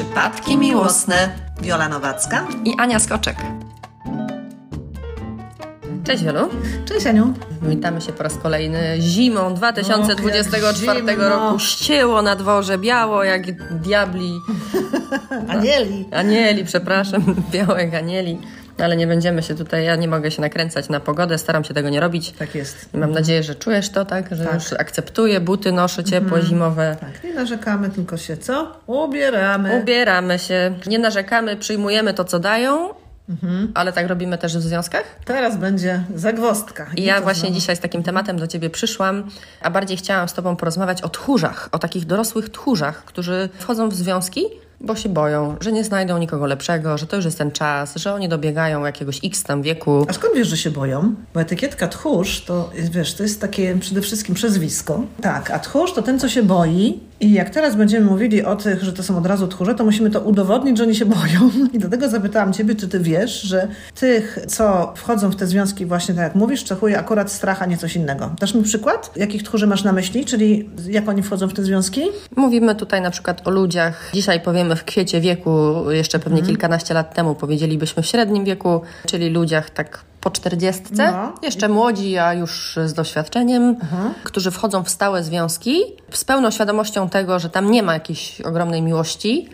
Przypadki miłosne. Wiola Nowacka i Ania Skoczek. Cześć Wiolu. Cześć Aniu. Witamy się po raz kolejny zimą 2024 roku. Ścieło na dworze, biało jak diabli. Anieli, przepraszam. Biało jak anieli. Ale nie będziemy się tutaj, ja nie mogę się nakręcać na pogodę, staram się tego nie robić. Tak jest. I mam nadzieję, że czujesz to, tak? Że już akceptuję, buty noszę ciepłe, zimowe. Tak, nie narzekamy, tylko się Ubieramy się. Nie narzekamy, przyjmujemy to, co dają. Ale tak robimy też w związkach? Teraz będzie zagwozdka. I ja właśnie dzisiaj z takim tematem do Ciebie przyszłam, a bardziej chciałam z Tobą porozmawiać o tchórzach, o takich dorosłych tchórzach, którzy wchodzą w związki, bo się boją, że nie znajdą nikogo lepszego, że to już jest ten czas, że oni dobiegają jakiegoś X tam wieku. A skąd wiesz, że się boją? Bo etykietka tchórz to, wiesz, to jest takie przede wszystkim przezwisko. Tak, a tchórz to ten, co się boi. I jak teraz będziemy mówili o tych, że to są od razu tchórze, to musimy to udowodnić, że oni się boją. I dlatego zapytałam Ciebie, czy Ty wiesz, że tych, co wchodzą w te związki właśnie tak jak mówisz, cechuje akurat strach, a nie coś innego. Dasz mi przykład? Jakich tchórzy masz na myśli? Czyli jak oni wchodzą w te związki? Mówimy tutaj na przykład o ludziach. Dzisiaj powiemy w kwiecie wieku, jeszcze pewnie kilkanaście lat temu powiedzielibyśmy w średnim wieku, czyli ludziach tak po 40, jeszcze młodzi, a już z doświadczeniem, którzy wchodzą w stałe związki z pełną świadomością tego, że tam nie ma jakiejś ogromnej miłości,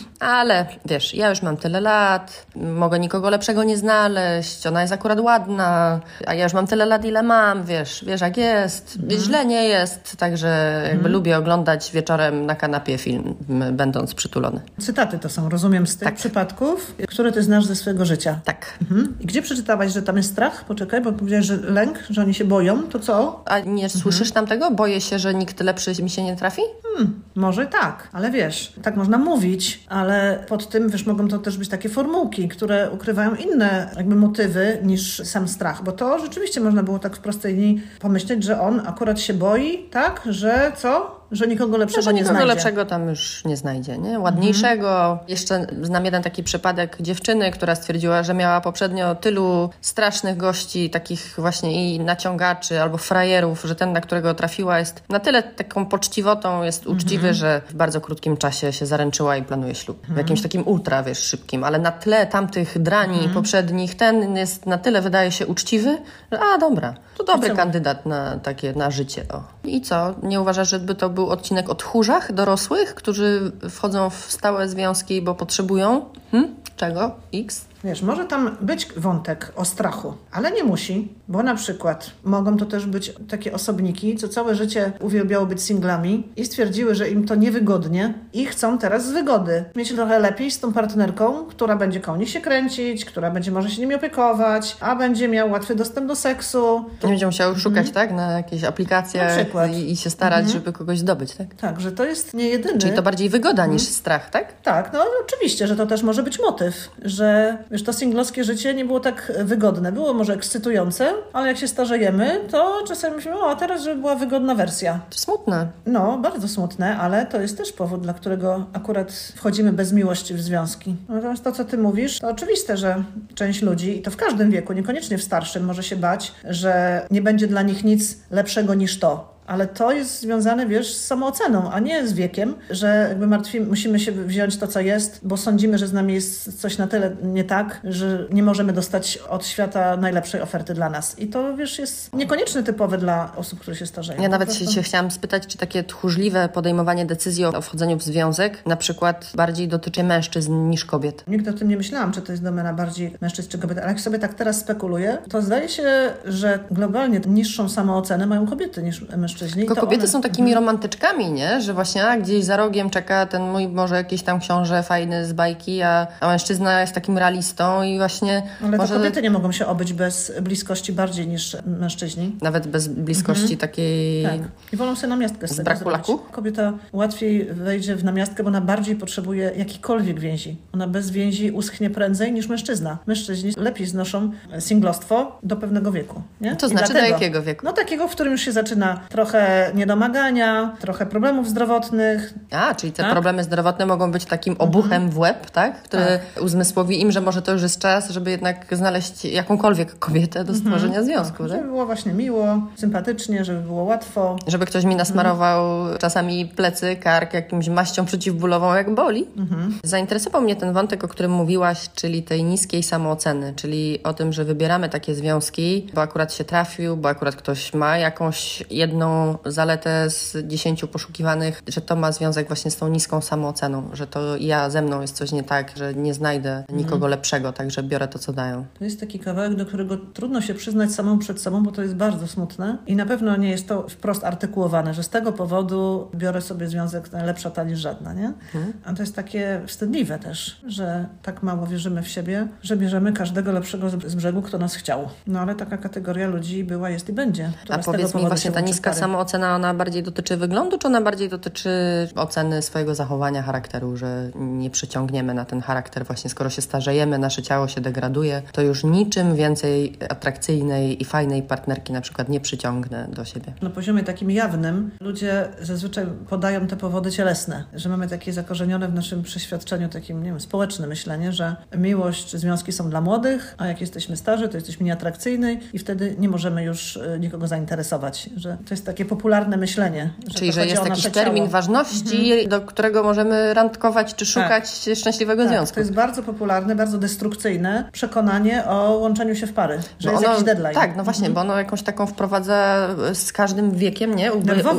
ale wiesz, ja już mam tyle lat, mogę nikogo lepszego nie znaleźć, ona jest akurat ładna, a ja już mam tyle lat, ile mam, wiesz jak jest, źle nie jest, także jakby lubię oglądać wieczorem na kanapie film, będąc przytulony. Cytaty to są, rozumiem, z tych przypadków, które Ty znasz ze swojego życia. Tak. I gdzie przeczytałaś, że tam jest strach? Poczekaj, bo powiedziałeś, że lęk, że oni się boją, to co? A nie słyszysz tam tego? Boję się, że nikt lepszy mi się nie trafi? Może tak, ale wiesz, tak można mówić, ale pod tym, wiesz, mogą to też być takie formułki, które ukrywają inne jakby motywy niż sam strach, bo to rzeczywiście można było tak w prostej linii pomyśleć, że on akurat się boi, tak? Że co? Że nikogo lepszego nie znajdzie. Nikogo lepszego tam już nie znajdzie, nie? Ładniejszego. Jeszcze znam jeden taki przypadek dziewczyny, która stwierdziła, że miała poprzednio tylu strasznych gości, takich właśnie i naciągaczy albo frajerów, że ten, na którego trafiła, jest na tyle taką poczciwotą, jest uczciwy, że w bardzo krótkim czasie się zaręczyła i planuje ślub. W jakimś takim ultra, wiesz, szybkim, ale na tle tamtych drani poprzednich, ten jest na tyle, wydaje się, uczciwy, że dobra, to dobry kandydat na takie, na życie. I co? Nie uważasz, żeby to był odcinek o tchórzach dorosłych, którzy wchodzą w stałe związki, bo potrzebują czego? X? Wiesz, może tam być wątek o strachu, ale nie musi, bo na przykład mogą to też być takie osobniki, co całe życie uwielbiało być singlami i stwierdziły, że im to niewygodnie i chcą teraz z wygody mieć trochę lepiej z tą partnerką, która będzie koło nich się kręcić, która będzie może się nimi opiekować, a będzie miał łatwy dostęp do seksu. Nie będzie musiał szukać, tak? Na jakiejś aplikacjach i się starać, żeby kogoś zdobyć, tak? Tak, że to jest nie jedyny. Czyli to bardziej wygoda niż strach, tak? Tak, no oczywiście, że to też może być motyw, że wiesz, to singlowskie życie nie było tak wygodne. Było może ekscytujące, ale jak się starzejemy, to czasami myślimy, a teraz, żeby była wygodna wersja. To smutne. No, bardzo smutne, ale to jest też powód, dla którego akurat wchodzimy bez miłości w związki. Natomiast to, co ty mówisz, to oczywiste, że część ludzi, i to w każdym wieku, niekoniecznie w starszym, może się bać, że nie będzie dla nich nic lepszego niż to. Ale to jest związane, wiesz, z samooceną, a nie z wiekiem, że jakby musimy się wziąć to, co jest, bo sądzimy, że z nami jest coś na tyle nie tak, że nie możemy dostać od świata najlepszej oferty dla nas. I to, wiesz, jest niekoniecznie typowe dla osób, które się starzeją. Ja nawet się chciałam spytać, czy takie tchórzliwe podejmowanie decyzji o wchodzeniu w związek na przykład bardziej dotyczy mężczyzn niż kobiet. Nigdy o tym nie myślałam, czy to jest domena bardziej mężczyzn czy kobiet, ale jak sobie tak teraz spekuluję, to zdaje się, że globalnie niższą samoocenę mają kobiety niż mężczyźni. Tylko kobiety są takimi romantyczkami, nie? Że właśnie gdzieś za rogiem czeka ten mój może jakiś tam książę fajny z bajki, a mężczyzna jest takim realistą i właśnie... Ale to kobiety nie mogą się obyć bez bliskości bardziej niż mężczyźni. Nawet bez bliskości takiej... Tak. I wolą sobie namiastkę z braku laku? Kobieta łatwiej wejdzie w namiastkę, bo ona bardziej potrzebuje jakichkolwiek więzi. Ona bez więzi uschnie prędzej niż mężczyzna. Mężczyźni lepiej znoszą singlostwo do pewnego wieku. Nie? To znaczy do jakiego wieku? No takiego, w którym już się zaczyna trochę trochę niedomagania, trochę problemów zdrowotnych. Czyli te problemy zdrowotne mogą być takim obuchem w łeb, tak? Który uzmysłowi im, że może to już jest czas, żeby jednak znaleźć jakąkolwiek kobietę do stworzenia związku. Tak? Żeby było właśnie miło, sympatycznie, żeby było łatwo. Żeby ktoś mi nasmarował czasami plecy, kark jakimś maścią przeciwbólową, jak boli. Zainteresował mnie ten wątek, o którym mówiłaś, czyli tej niskiej samooceny, czyli o tym, że wybieramy takie związki, bo akurat się trafił, bo akurat ktoś ma jakąś jedną zaletę z 10 poszukiwanych, że to ma związek właśnie z tą niską samooceną, że to ze mną jest coś nie tak, że nie znajdę nikogo lepszego, także biorę to, co dają. To jest taki kawałek, do którego trudno się przyznać samemu przed sobą, bo to jest bardzo smutne i na pewno nie jest to wprost artykułowane, że z tego powodu biorę sobie związek lepsza ta niż żadna, nie? A to jest takie wstydliwe też, że tak mało wierzymy w siebie, że bierzemy każdego lepszego z brzegu, kto nas chciał. No ale taka kategoria ludzi była, jest i będzie. A powiedz mi, właśnie ta niska samoocena, ona bardziej dotyczy wyglądu, czy ona bardziej dotyczy oceny swojego zachowania, charakteru, że nie przyciągniemy na ten charakter właśnie, skoro się starzejemy, nasze ciało się degraduje, to już niczym więcej atrakcyjnej i fajnej partnerki na przykład nie przyciągnę do siebie. Na poziomie takim jawnym ludzie zazwyczaj podają te powody cielesne, że mamy takie zakorzenione w naszym przeświadczeniu takim, nie wiem, społeczne myślenie, że miłość czy związki są dla młodych, a jak jesteśmy starzy, to jesteśmy nieatrakcyjni i wtedy nie możemy już nikogo zainteresować, że to jest takie popularne myślenie. Czyli, że jest jakiś termin ważności, do którego możemy randkować czy szukać szczęśliwego związku. To jest bardzo popularne, bardzo destrukcyjne przekonanie o łączeniu się w pary, że jest jakiś deadline. Tak, no właśnie, bo ono jakąś taką wprowadza z każdym wiekiem, nie?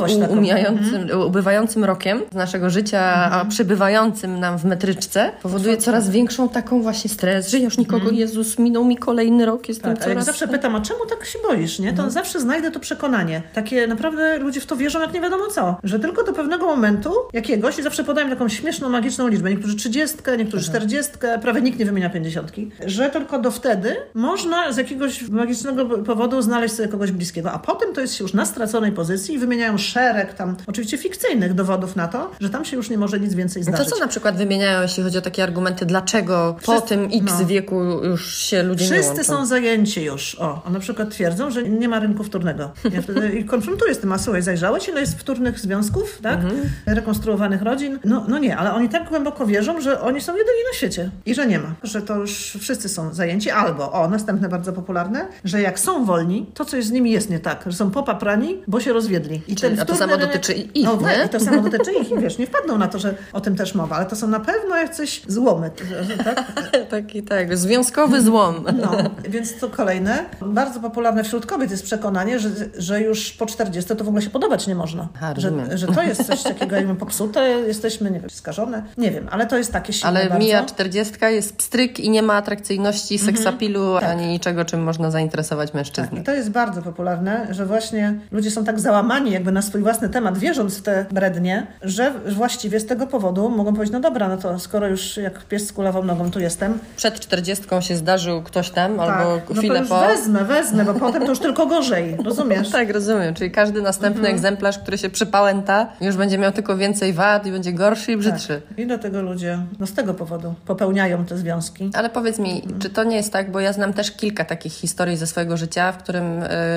Ubywającym rokiem z naszego życia, a przybywającym nam w metryczce, powoduje coraz większą taką właśnie stres, że już nikogo, Jezus, minął mi kolejny rok, jestem coraz... Jak zawsze pytam, a czemu tak się boisz, nie? To zawsze znajdę to przekonanie. Takie naprawdę ludzie w to wierzą jak nie wiadomo co. Że tylko do pewnego momentu jakiegoś, i zawsze podaję taką śmieszną, magiczną liczbę, niektórzy 30, niektórzy 40, prawie nikt nie wymienia 50, że tylko do wtedy można z jakiegoś magicznego powodu znaleźć sobie kogoś bliskiego, a potem to jest się już na straconej pozycji i wymieniają szereg tam, oczywiście fikcyjnych dowodów na to, że tam się już nie może nic więcej zdarzyć. To co na przykład wymieniają, jeśli chodzi o takie argumenty, dlaczego po tym wieku już się ludzie nie łączą? Wszyscy są zajęci już. A na przykład twierdzą, że nie ma rynku wtórnego. Ja wtedy konfrontuję z tym, a słuchaj, zajrzałeś, ile jest wtórnych związków, tak? Rekonstruowanych rodzin? No nie, ale oni tak głęboko wierzą, że oni są jedyni na świecie i że nie ma. Że to już wszyscy są zajęci, albo, następne bardzo popularne, że jak są wolni, to coś z nimi jest nie tak, że są popaprani, bo się rozwiedli. A to samo dotyczy ich, nie? I to samo dotyczy ich i wiesz, nie wpadną na to, że o tym też mowa, ale to są na pewno jacyś złomy, tak? Tak, związkowy złom. Więc to kolejne. Bardzo popularne wśród kobiet jest przekonanie, że już po 40 to w ogóle się podobać nie można. Że to jest coś takiego, jakby popsute, jesteśmy, nie wiem, skażone. Nie wiem, ale to jest takie silne ale bardzo. mija 40 jest pstryk i nie ma atrakcyjności, seksapilu, ani niczego, czym można zainteresować mężczyznę. Tak, i to jest bardzo popularne, że właśnie ludzie są tak załamani jakby na swój własny temat, wierząc w te brednie, że właściwie z tego powodu mogą powiedzieć, no dobra, no to skoro już jak pies z kulawą nogą tu jestem. Przed 40 się zdarzył ktoś tam, albo chwilę to już wezmę, bo potem to już tylko gorzej, rozumiesz? Tak, rozumiem, czyli każdy następny egzemplarz, który się przypałęta, już będzie miał tylko więcej wad i będzie gorszy i brzydszy. Tak. I dlatego ludzie z tego powodu popełniają te związki. Ale powiedz mi, czy to nie jest tak, bo ja znam też kilka takich historii ze swojego życia, w którym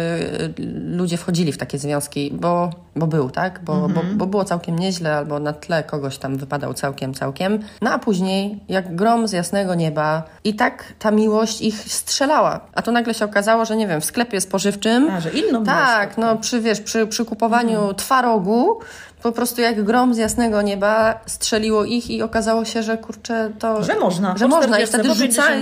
ludzie wchodzili w takie związki, bo był, tak? Bo było całkiem nieźle, albo na tle kogoś tam wypadał całkiem. No a później, jak grom z jasnego nieba i tak ta miłość ich strzelała. A to nagle się okazało, że nie wiem, w sklepie spożywczym... że inną tak, przy kupowaniu twarogu po prostu jak grom z jasnego nieba strzeliło ich i okazało się, że kurczę, to... Że można. I wtedy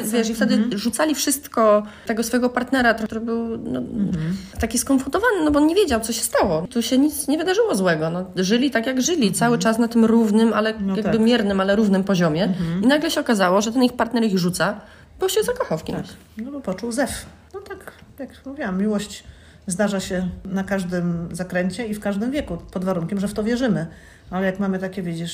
rzucali wszystko tego swojego partnera, który był taki skonfrontowany, bo on nie wiedział, co się stało. Tu się nic nie wydarzyło złego. Żyli tak, jak żyli. Cały czas na tym równym, ale miernym, ale równym poziomie. I nagle się okazało, że ten ich partner ich rzuca, bo się zakochał w kimś. Tak. Bo poczuł zew. No tak, jak mówiłam, miłość zdarza się na każdym zakręcie i w każdym wieku, pod warunkiem, że w to wierzymy. Ale jak mamy takie, widzisz,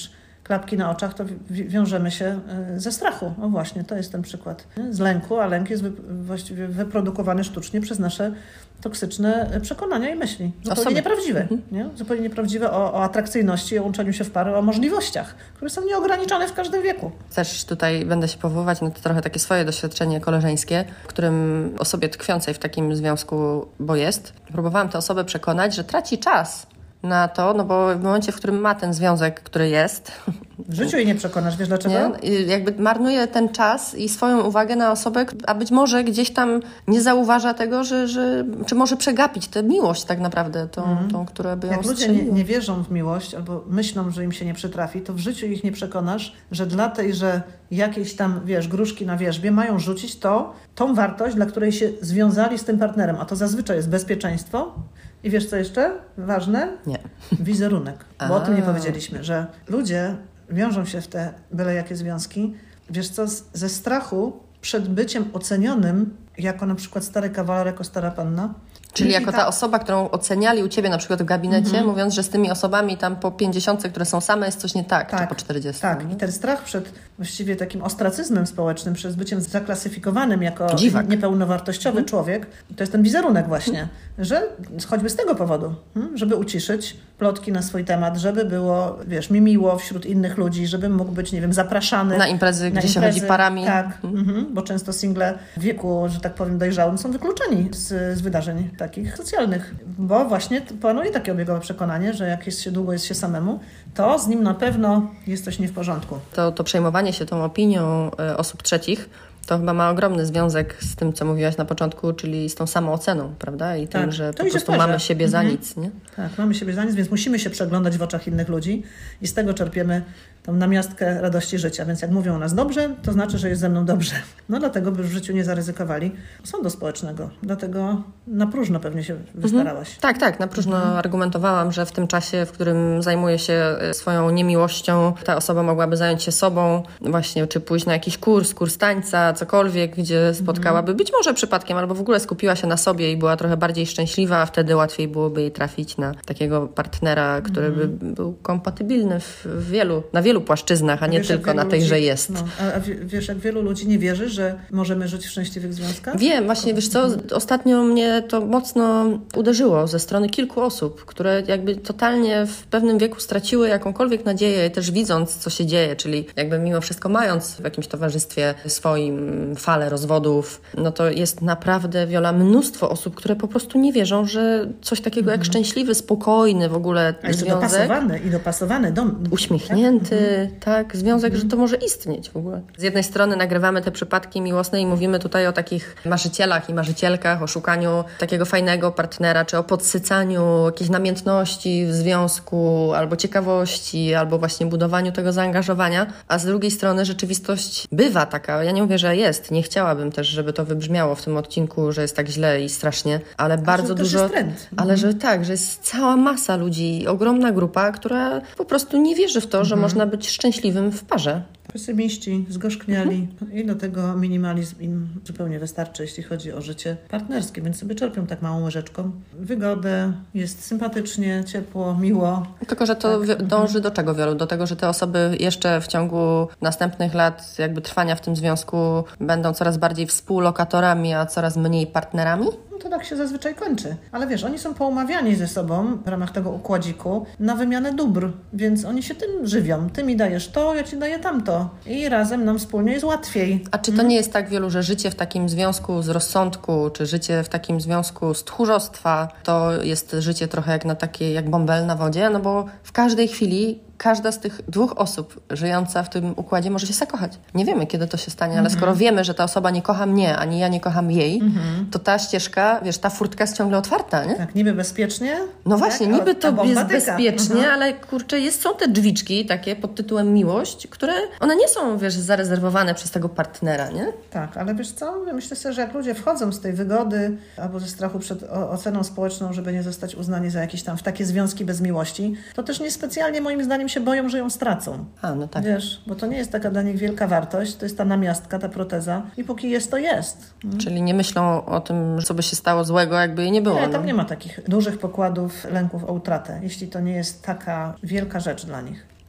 klapki na oczach, to wiążemy się ze strachu. O właśnie, to jest ten przykład. Z lęku, a lęk jest właściwie wyprodukowany sztucznie przez nasze toksyczne przekonania i myśli. Zupełnie nieprawdziwe. Nie? Zupełnie nieprawdziwe o atrakcyjności, o łączeniu się w pary, o możliwościach, które są nieograniczone w każdym wieku. Też tutaj będę się powoływać na to trochę takie swoje doświadczenie koleżeńskie, w którym osobie tkwiącej w takim związku, bo jest, próbowałam tę osobę przekonać, że traci czas na to, no bo w momencie, w którym ma ten związek, który jest... W życiu jej nie przekonasz, wiesz dlaczego? Nie? Jakby marnuje ten czas i swoją uwagę na osobę, a być może gdzieś tam nie zauważa tego, czy może przegapić tę miłość tak naprawdę, tą która by ją Jak ludzie nie wierzą w miłość albo myślą, że im się nie przytrafi, to w życiu ich nie przekonasz, że dla tej, że jakieś tam, wiesz, gruszki na wierzbie mają rzucić tą wartość, dla której się związali z tym partnerem, a to zazwyczaj jest bezpieczeństwo. I wiesz co jeszcze ważne? Nie. Wizerunek. Bo o tym nie powiedzieliśmy, że ludzie wiążą się w te byle jakie związki, wiesz co, ze strachu przed byciem ocenionym jako na przykład stary kawaler, jako stara panna. Czyli jako ta osoba, którą oceniali u Ciebie na przykład w gabinecie, mówiąc, że z tymi osobami tam po 50, które są same, jest coś nie tak, czy po 40. Tak, i ten strach przed właściwie takim ostracyzmem społecznym, przed byciem zaklasyfikowanym jako dziwak, niepełnowartościowy człowiek, to jest ten wizerunek właśnie, że choćby z tego powodu, żeby uciszyć plotki na swój temat, żeby było, wiesz, mi miło wśród innych ludzi, żeby mógł być, nie wiem, zapraszany. Na imprezy, gdzie się chodzi parami. Tak, bo często single w wieku, że tak powiem, dojrzałym są wykluczeni z wydarzeń takich socjalnych, bo właśnie panuje takie obiegowe przekonanie, że jak jest się samemu, to z nim na pewno jest coś nie w porządku. To przejmowanie się tą opinią osób trzecich to chyba ma ogromny związek z tym, co mówiłaś na początku, czyli z tą samooceną, prawda? I tym, że po prostu mamy siebie za nic, nie? Tak, mamy siebie za nic, więc musimy się przeglądać w oczach innych ludzi i z tego czerpiemy tą namiastkę radości życia. Więc jak mówią o nas dobrze, to znaczy, że jest ze mną dobrze. No dlatego, by w życiu nie zaryzykowali sądu społecznego. Dlatego na próżno pewnie się wystarałaś. Tak, na próżno argumentowałam, że w tym czasie, w którym zajmuje się swoją niemiłością, ta osoba mogłaby zająć się sobą, właśnie, czy pójść na jakiś kurs tańca, cokolwiek, gdzie spotkałaby, być może przypadkiem, albo w ogóle skupiła się na sobie i była trochę bardziej szczęśliwa, a wtedy łatwiej byłoby jej trafić na takiego partnera, który by był kompatybilny na wielu płaszczyznach, a nie tylko na tej, że jest. No, a wiesz, jak wielu ludzi nie wierzy, że możemy żyć w szczęśliwych związkach? Wiem, właśnie, wiesz co, ostatnio mnie to mocno uderzyło ze strony kilku osób, które jakby totalnie w pewnym wieku straciły jakąkolwiek nadzieję, też widząc, co się dzieje, czyli jakby mimo wszystko mając w jakimś towarzystwie swoim falę rozwodów, no to jest naprawdę, Wiola, mnóstwo osób, które po prostu nie wierzą, że coś takiego jak szczęśliwy, spokojny w ogóle związek. Dopasowany dom. Uśmiechnięty, tak, związek, że to może istnieć w ogóle. Z jednej strony nagrywamy te przypadki miłosne i mówimy tutaj o takich marzycielach i marzycielkach, o szukaniu takiego fajnego partnera, czy o podsycaniu jakiejś namiętności w związku, albo ciekawości, albo właśnie budowaniu tego zaangażowania, a z drugiej strony rzeczywistość bywa taka, ja nie mówię, że jest, nie chciałabym też, żeby to wybrzmiało w tym odcinku, że jest tak źle i strasznie, ale bardzo dużo, jest trend. Ale że tak, że jest cała masa ludzi, ogromna grupa, która po prostu nie wierzy w to, że można być szczęśliwym w parze. Pesymiści, zgorzkniali i do tego minimalizm im zupełnie wystarczy, jeśli chodzi o życie partnerskie, więc sobie czerpią tak małą łyżeczką. Wygodę, jest sympatycznie, ciepło, miło. Tylko, że to dąży do czego, Wiolu? Do tego, że te osoby jeszcze w ciągu następnych lat jakby trwania w tym związku będą coraz bardziej współlokatorami, a coraz mniej partnerami? No to tak się zazwyczaj kończy. Ale wiesz, oni są poumawiani ze sobą w ramach tego układziku na wymianę dóbr, więc oni się tym żywią. Ty mi dajesz to, ja ci daję tamto. I razem nam wspólnie jest łatwiej. A czy to nie jest tak, Wielu, że życie w takim związku z rozsądku, czy życie w takim związku z tchórzostwa, to jest życie trochę jak na takiej, jak bąbel na wodzie? No bo w każdej chwili każda z tych dwóch osób żyjąca w tym układzie może się zakochać. Nie wiemy, kiedy to się stanie, ale skoro wiemy, że ta osoba nie kocha mnie, ani ja nie kocham jej, to ta ścieżka, wiesz, ta furtka jest ciągle otwarta, nie? Tak, niby bezpiecznie. No właśnie, tak? niby to jest bezpiecznie, Mhm. ale kurczę, są te drzwiczki takie pod tytułem miłość, które one nie są, wiesz, zarezerwowane przez tego partnera, nie? Tak, ale wiesz co, myślę sobie, że jak ludzie wchodzą z tej wygody albo ze strachu przed oceną społeczną, żeby nie zostać uznani za jakieś tam w takie związki bez miłości, to też niespecjalnie moim zdaniem się boją, że ją stracą. A, no tak. Wiesz, bo to nie jest taka dla nich wielka wartość, to jest ta namiastka, ta proteza i póki jest, to jest. Czyli nie myślą o tym, co by się stało złego, jakby jej nie było. Nie, tam nie ma takich dużych pokładów lęków o utratę, jeśli to nie jest taka wielka rzecz dla nich.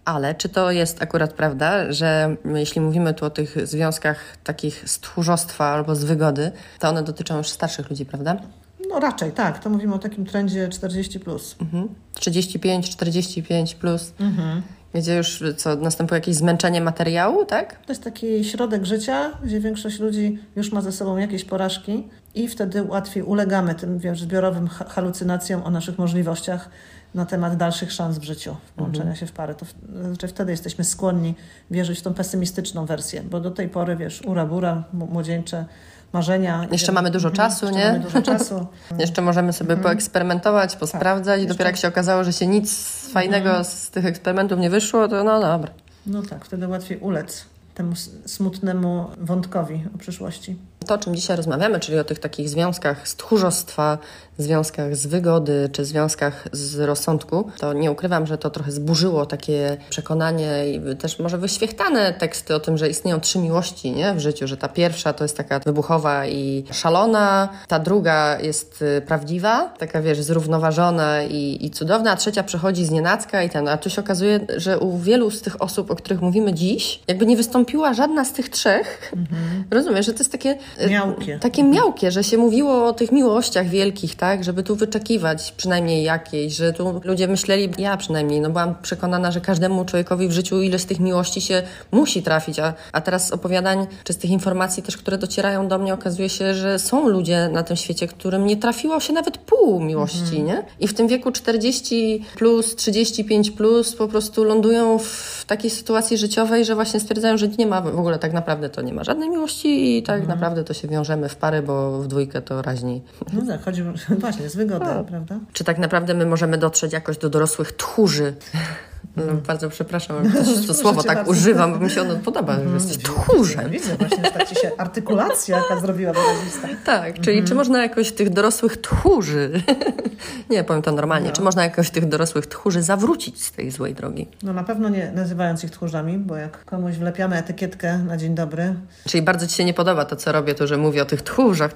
Ale czy to jest akurat prawda, że my, jeśli mówimy tu o tych związkach takich z tchórzostwa albo z wygody, to one dotyczą już starszych ludzi, prawda? No raczej, tak. To mówimy o takim trendzie 40+. 35, 45+. Gdzie już następuje jakieś zmęczenie materiału, tak? To jest taki środek życia, gdzie większość ludzi już ma ze sobą jakieś porażki i wtedy łatwiej ulegamy tym zbiorowym halucynacjom o naszych możliwościach na temat dalszych szans w życiu, włączenia się w pary. To znaczy wtedy jesteśmy skłonni wierzyć w tą pesymistyczną wersję, bo do tej pory, ura-bura, młodzieńcze marzenia. Jeszcze mamy dużo czasu, nie? Mamy dużo czasu. Jeszcze możemy sobie poeksperymentować, posprawdzać i dopiero jak się okazało, że się nic fajnego z tych eksperymentów nie wyszło, to no dobra. No tak, wtedy łatwiej ulec temu smutnemu wątkowi o przyszłości. To, o czym dzisiaj rozmawiamy, czyli o tych takich związkach z tchórzostwa, związkach z wygody, czy związkach z rozsądku, to nie ukrywam, że to trochę zburzyło takie przekonanie i też może wyświechtane teksty o tym, że istnieją 3 miłości, nie? W życiu, że ta pierwsza to jest taka wybuchowa i szalona, ta druga jest prawdziwa, taka zrównoważona i cudowna, a trzecia przychodzi znienacka a tu się okazuje, że u wielu z tych osób, o których mówimy dziś, jakby nie wystąpiła żadna z tych 3. Rozumiesz, że to jest takie miałkie, że się mówiło o tych miłościach wielkich, tak, żeby tu wyczekiwać przynajmniej jakiejś, że tu ludzie myśleli, ja przynajmniej, byłam przekonana, że każdemu człowiekowi w życiu ileś z tych miłości się musi trafić, a teraz z opowiadań, czy z tych informacji też, które docierają do mnie, okazuje się, że są ludzie na tym świecie, którym nie trafiło się nawet pół miłości, nie? I w tym wieku 40+, 35+, po prostu lądują w takiej sytuacji życiowej, że właśnie stwierdzają, że nie ma w ogóle tak naprawdę to nie ma żadnej miłości i tak naprawdę to się wiążemy w pary, bo w dwójkę to raźniej. No tak, chodzi właśnie z wygody, prawda? Czy tak naprawdę my możemy dotrzeć jakoś do dorosłych tchórzy? Bardzo przepraszam, ale to słowo tak bardzo używam, bo mi się ono podoba, że jesteś tchórzem. Widzę właśnie, że tak ci się artykulacja jaka zrobiła wyrazista. Tak, czyli czy można jakoś tych dorosłych tchórzy, nie, powiem to normalnie, czy można jakoś tych dorosłych tchórzy zawrócić z tej złej drogi? No na pewno nie nazywając ich tchórzami, bo jak komuś wlepiamy etykietkę na dzień dobry. Czyli bardzo ci się nie podoba to, co robię, to, że mówię o tych tchórzach.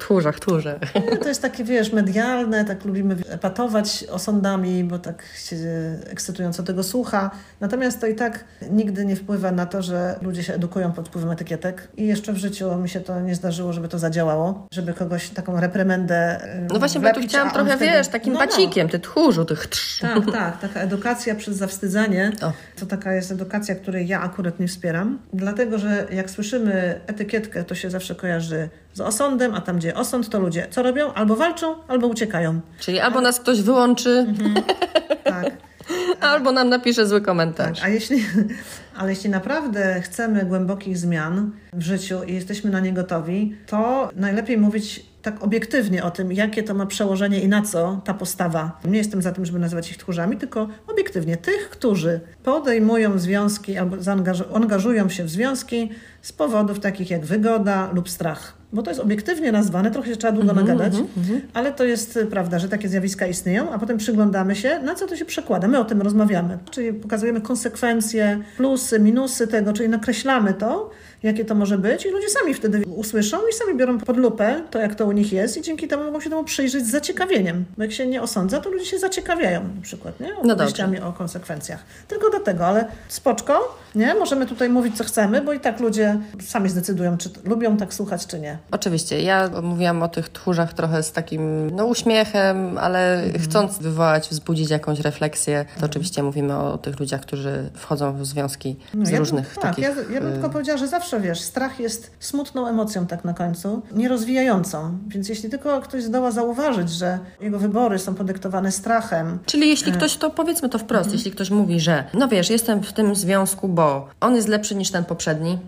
To jest takie, medialne, tak lubimy epatować osądami, bo tak się ekscytująco tego słucha. Natomiast to i tak nigdy nie wpływa na to, że ludzie się edukują pod wpływem etykietek i jeszcze w życiu mi się to nie zdarzyło, żeby to zadziałało, żeby kogoś taką reprymendę No właśnie, bo tu chciałam trochę, takim bacikiem, ty tchórzu, tych trz. Tak, taka edukacja przez zawstydzanie, to taka jest edukacja, której ja akurat nie wspieram, dlatego, że jak słyszymy etykietkę, to się zawsze kojarzy z osądem, a tam, gdzie osąd, to ludzie co robią? Albo walczą, albo uciekają. Czyli albo nas ktoś wyłączy, tak. Albo nam napisze zły komentarz. Tak, ale jeśli naprawdę chcemy głębokich zmian w życiu i jesteśmy na nie gotowi, to najlepiej mówić tak obiektywnie o tym, jakie to ma przełożenie i na co ta postawa. Nie jestem za tym, żeby nazywać ich tchórzami, tylko obiektywnie tych, którzy podejmują związki albo angażują się w związki z powodów takich jak wygoda lub strach. Bo to jest obiektywnie nazwane, trochę się trzeba długo nagadać, ale to jest prawda, że takie zjawiska istnieją, a potem przyglądamy się, na co to się przekłada. My o tym rozmawiamy, czyli pokazujemy konsekwencje, plusy, minusy tego, czyli nakreślamy to, jakie to może być i ludzie sami wtedy usłyszą i sami biorą pod lupę to, jak to u nich jest i dzięki temu mogą się temu przyjrzeć z zaciekawieniem. Bo jak się nie osądza, to ludzie się zaciekawiają na przykład, nie? Opowieściami o konsekwencjach. Tylko do tego, ale spoczko, nie? Możemy tutaj mówić, co chcemy, bo i tak ludzie sami zdecydują, czy lubią tak słuchać, czy nie. Oczywiście. Ja mówiłam o tych tchórzach trochę z takim uśmiechem, ale chcąc wywołać, wzbudzić jakąś refleksję, to oczywiście mówimy o tych ludziach, którzy wchodzą w związki z różnych takich... Ja bym tylko powiedziała, że zawsze, strach jest smutną emocją tak na końcu, nierozwijającą. Więc jeśli tylko ktoś zdoła zauważyć, że jego wybory są podyktowane strachem... Czyli jeśli ktoś, to powiedzmy to wprost, jeśli ktoś mówi, że jestem w tym związku, bo on jest lepszy niż ten poprzedni,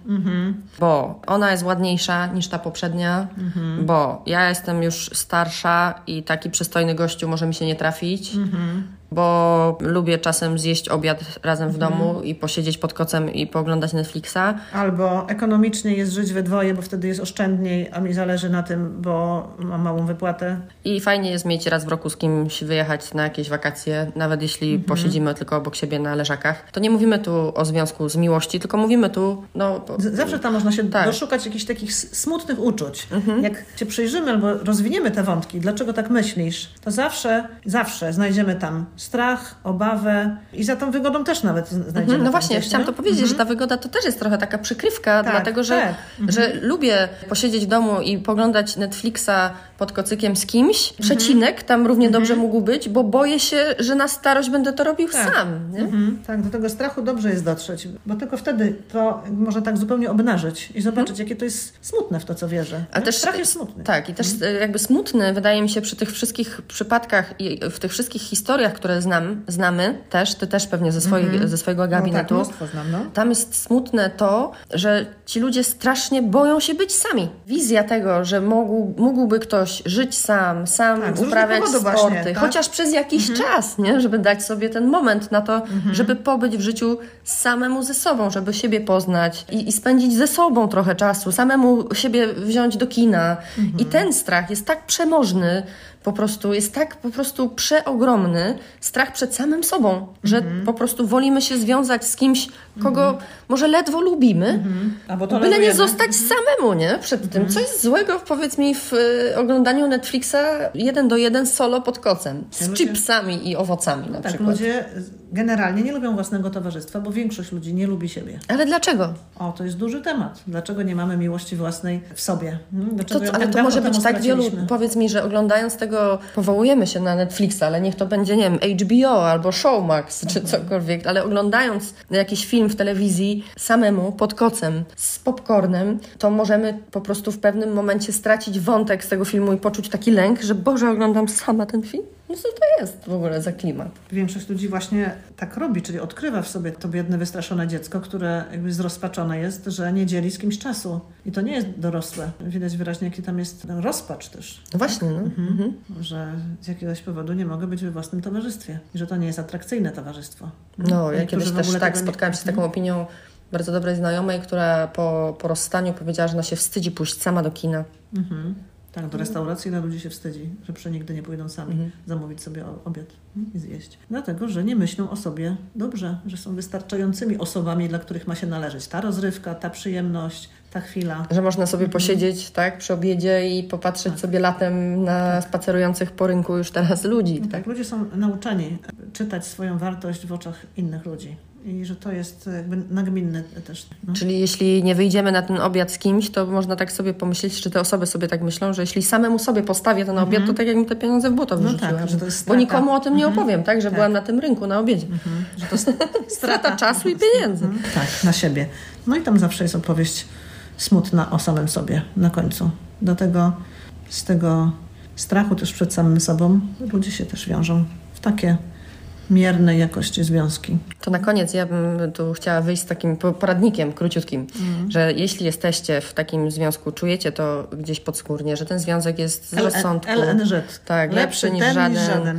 bo ona jest ładniejsza niż ta poprzednia, bo ja jestem już starsza i taki przystojny gościu może mi się nie trafić, bo lubię czasem zjeść obiad razem w domu i posiedzieć pod kocem i pooglądać Netflixa. Albo ekonomicznie jest żyć we dwoje, bo wtedy jest oszczędniej, a mi zależy na tym, bo mam małą wypłatę. I fajnie jest mieć raz w roku z kimś wyjechać na jakieś wakacje, nawet jeśli posiedzimy tylko obok siebie na leżakach. To nie mówimy tu o związku z miłości, tylko mówimy tu... Zawsze tam można się doszukać jakichś takich smutnych uczuć. Jak się przyjrzymy albo rozwiniemy te wątki, dlaczego tak myślisz, to zawsze znajdziemy tam strach, obawę i za tą wygodą też nawet znajdziemy. No właśnie, gdzieś, chciałam to powiedzieć, że ta wygoda to też jest trochę taka przykrywka, dlatego że, że lubię posiedzieć w domu i poglądać Netflixa pod kocykiem z kimś. Przecinek tam równie dobrze mógł być, bo boję się, że na starość będę to robił sam. Nie? Tak, do tego strachu dobrze jest dotrzeć, bo tylko wtedy to może tak zupełnie obnażyć i zobaczyć, jakie to jest smutne w to, co wierzę. Ale też strach jest smutny. Tak, i też jakby smutny wydaje mi się przy tych wszystkich przypadkach i w tych wszystkich historiach, które znamy też, ty też pewnie ze swojego gabinetu. No tak, mnóstwo znam, no. Tam jest smutne to, że ci ludzie strasznie boją się być sami. Wizja tego, że mógłby ktoś żyć sam uprawiać sporty, właśnie, tak? Chociaż przez jakiś czas, nie? Żeby dać sobie ten moment na to, żeby pobyć w życiu samemu ze sobą, żeby siebie poznać i spędzić ze sobą trochę czasu, samemu siebie wziąć do kina. I ten strach jest tak przemożny, jest tak przeogromny strach przed samym sobą, że po prostu wolimy się związać z kimś, kogo może ledwo lubimy, byle nie zostać samemu, nie? Przed tym. Co jest złego, powiedz mi, w oglądaniu Netflixa 1:1 solo pod kocem, z chipsami i owocami na przykład. Ludzie generalnie nie lubią własnego towarzystwa, bo większość ludzi nie lubi siebie. Ale dlaczego? To jest duży temat. Dlaczego nie mamy miłości własnej w sobie? Ale to może być tak wielu, powiedz mi, że oglądając tego powołujemy się na Netflixa, ale niech to będzie, nie wiem, HBO albo Showmax czy cokolwiek, ale oglądając jakiś film w telewizji samemu, pod kocem, z popcornem, to możemy po prostu w pewnym momencie stracić wątek z tego filmu i poczuć taki lęk, że Boże, oglądam sama ten film? No co to jest w ogóle za klimat? Większość ludzi właśnie tak robi, czyli odkrywa w sobie to biedne, wystraszone dziecko, które jakby zrozpaczone jest, że nie dzieli z kimś czasu. I to nie jest dorosłe. Widać wyraźnie, jaki tam jest rozpacz też. No właśnie, no. Że z jakiegoś powodu nie mogę być we własnym towarzystwie. I że to nie jest atrakcyjne towarzystwo. No, ja kiedyś też spotkałam się z taką opinią bardzo dobrej znajomej, która po rozstaniu powiedziała, że ona się wstydzi pójść sama do kina. Tak, do restauracji na ludzi się wstydzi, że przenigdy nie pójdą sami zamówić sobie obiad i zjeść. Dlatego, że nie myślą o sobie dobrze, że są wystarczającymi osobami, dla których ma się należeć ta rozrywka, ta przyjemność, ta chwila. Że można sobie posiedzieć przy obiedzie i popatrzeć sobie latem na spacerujących po rynku już teraz ludzi. Tak, ludzie są nauczeni czytać swoją wartość w oczach innych ludzi. I że to jest jakby nagminne też. No. Czyli jeśli nie wyjdziemy na ten obiad z kimś, to można tak sobie pomyśleć, czy te osoby sobie tak myślą, że jeśli samemu sobie postawię ten obiad, to tak jak mi te pieniądze w błoto wyrzuciłam. Tak, że to jest bo nikomu o tym nie opowiem, tak? Że byłam na tym rynku na obiedzie. Że to strata czasu i pieniędzy. Tak, na siebie. No i tam zawsze jest opowieść smutna o samym sobie na końcu. Dlatego z tego strachu też przed samym sobą ludzie się też wiążą w takie miernej jakości związki. To na koniec ja bym tu chciała wyjść z takim poradnikiem króciutkim, że jeśli jesteście w takim związku, czujecie to gdzieś podskórnie, że ten związek jest z rozsądku. LNZ. Tak, lepszy niż żaden.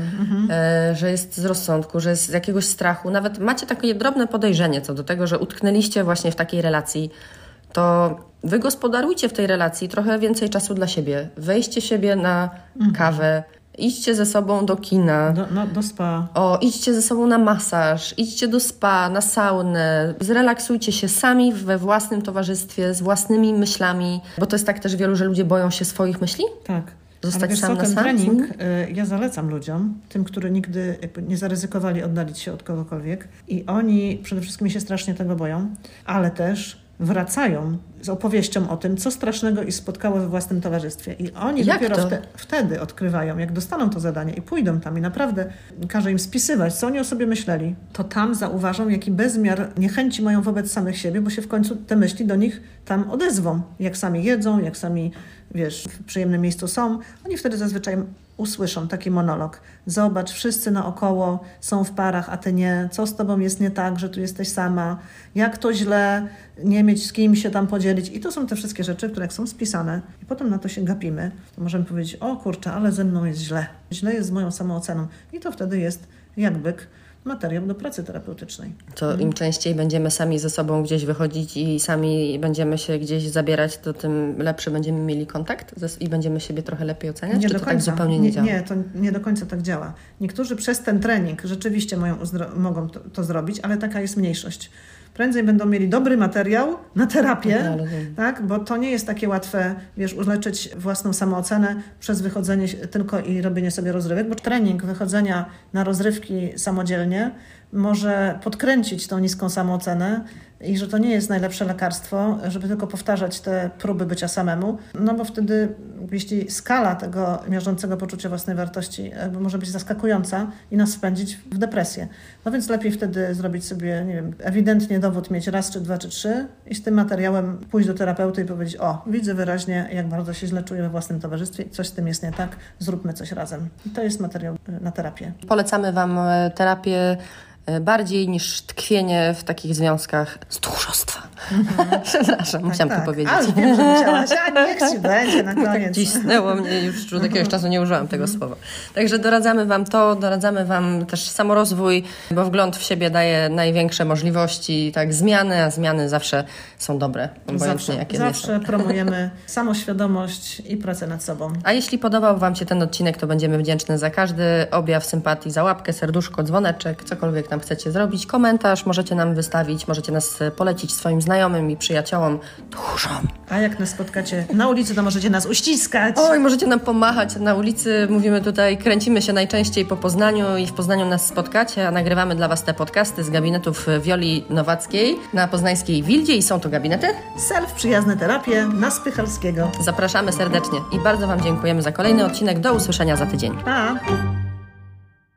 Że jest z rozsądku, że jest z jakiegoś strachu. Nawet macie takie drobne podejrzenie co do tego, że utknęliście właśnie w takiej relacji, to wygospodarujcie w tej relacji trochę więcej czasu dla siebie. Weźcie siebie na kawę, idźcie ze sobą do kina. Do spa. Idźcie ze sobą na masaż, idźcie do spa, na saunę. Zrelaksujcie się sami we własnym towarzystwie, z własnymi myślami. Bo to jest tak też wielu, że ludzie boją się swoich myśli? Tak. Zostać sam na ten sam? trening ja zalecam ludziom, tym, którzy nigdy nie zaryzykowali oddalić się od kogokolwiek. I oni przede wszystkim się strasznie tego boją, ale też wracają z opowieścią o tym, co strasznego ich spotkało we własnym towarzystwie. I oni dopiero wtedy odkrywają, jak dostaną to zadanie i pójdą tam i naprawdę każe im spisywać, co oni o sobie myśleli, to tam zauważą, jaki bezmiar niechęci mają wobec samych siebie, bo się w końcu te myśli do nich tam odezwą. Jak sami jedzą, jak sami, w przyjemnym miejscu są. Oni wtedy zazwyczaj usłyszą taki monolog. Zobacz, wszyscy naokoło są w parach, a ty nie. Co z tobą jest nie tak, że tu jesteś sama? Jak to źle nie mieć z kim się tam podzielić? I to są te wszystkie rzeczy, które jak są spisane i potem na to się gapimy, to możemy powiedzieć, o kurczę, ale ze mną jest źle. Źle jest z moją samooceną. I to wtedy jest jak byk materiał do pracy terapeutycznej. To im częściej będziemy sami ze sobą gdzieś wychodzić i sami będziemy się gdzieś zabierać, to tym lepszy będziemy mieli kontakt i będziemy siebie trochę lepiej oceniać? Czy to tak zupełnie nie działa? Nie, to nie do końca tak działa. Niektórzy przez ten trening rzeczywiście mogą to zrobić, ale taka jest mniejszość. prędzej będą mieli dobry materiał na terapię, tak? Bo to nie jest takie łatwe, wiesz, uleczyć własną samoocenę przez wychodzenie tylko i robienie sobie rozrywek, bo trening wychodzenia na rozrywki samodzielnie może podkręcić tą niską samoocenę i że to nie jest najlepsze lekarstwo, żeby tylko powtarzać te próby bycia samemu, no bo wtedy jeśli skala tego miażdżącego poczucia własnej wartości może być zaskakująca i nas wpędzić w depresję. No więc lepiej wtedy zrobić sobie, nie wiem, ewidentnie dowód mieć raz, czy dwa, czy trzy i z tym materiałem pójść do terapeuty i powiedzieć: o, widzę wyraźnie, jak bardzo się źle czuję we własnym towarzystwie, coś z tym jest nie tak, zróbmy coś razem. I to jest materiał na terapię. Polecamy Wam terapię bardziej niż tkwienie w takich związkach z tchórzostwa. Przepraszam, musiałam to powiedzieć. Ale wiem, że musiałaś, a niech ci będzie na koniec. Cisnęło mnie, już od jakiegoś czasu nie użyłam tego słowa. Także doradzamy Wam doradzamy Wam też samorozwój, bo wgląd w siebie daje największe możliwości, tak, zmiany, a zmiany zawsze są dobre. Zawsze promujemy samoświadomość i pracę nad sobą. A jeśli podobał Wam się ten odcinek, to będziemy wdzięczne za każdy objaw sympatii, za łapkę, serduszko, dzwoneczek, cokolwiek tam chcecie zrobić, komentarz możecie nam wystawić, możecie nas polecić swoim znajomym i przyjaciołom, tchórzom. A jak nas spotkacie na ulicy, to możecie nas uściskać. Oj, możecie nam pomachać na ulicy. Mówimy tutaj, kręcimy się najczęściej po Poznaniu i w Poznaniu nas spotkacie, a nagrywamy dla Was te podcasty z gabinetów Wioli Nowackiej na poznańskiej Wildzie i są to gabinety Self-Przyjazne Terapie na Spychalskiego. Zapraszamy serdecznie i bardzo Wam dziękujemy za kolejny odcinek. Do usłyszenia za tydzień. Pa!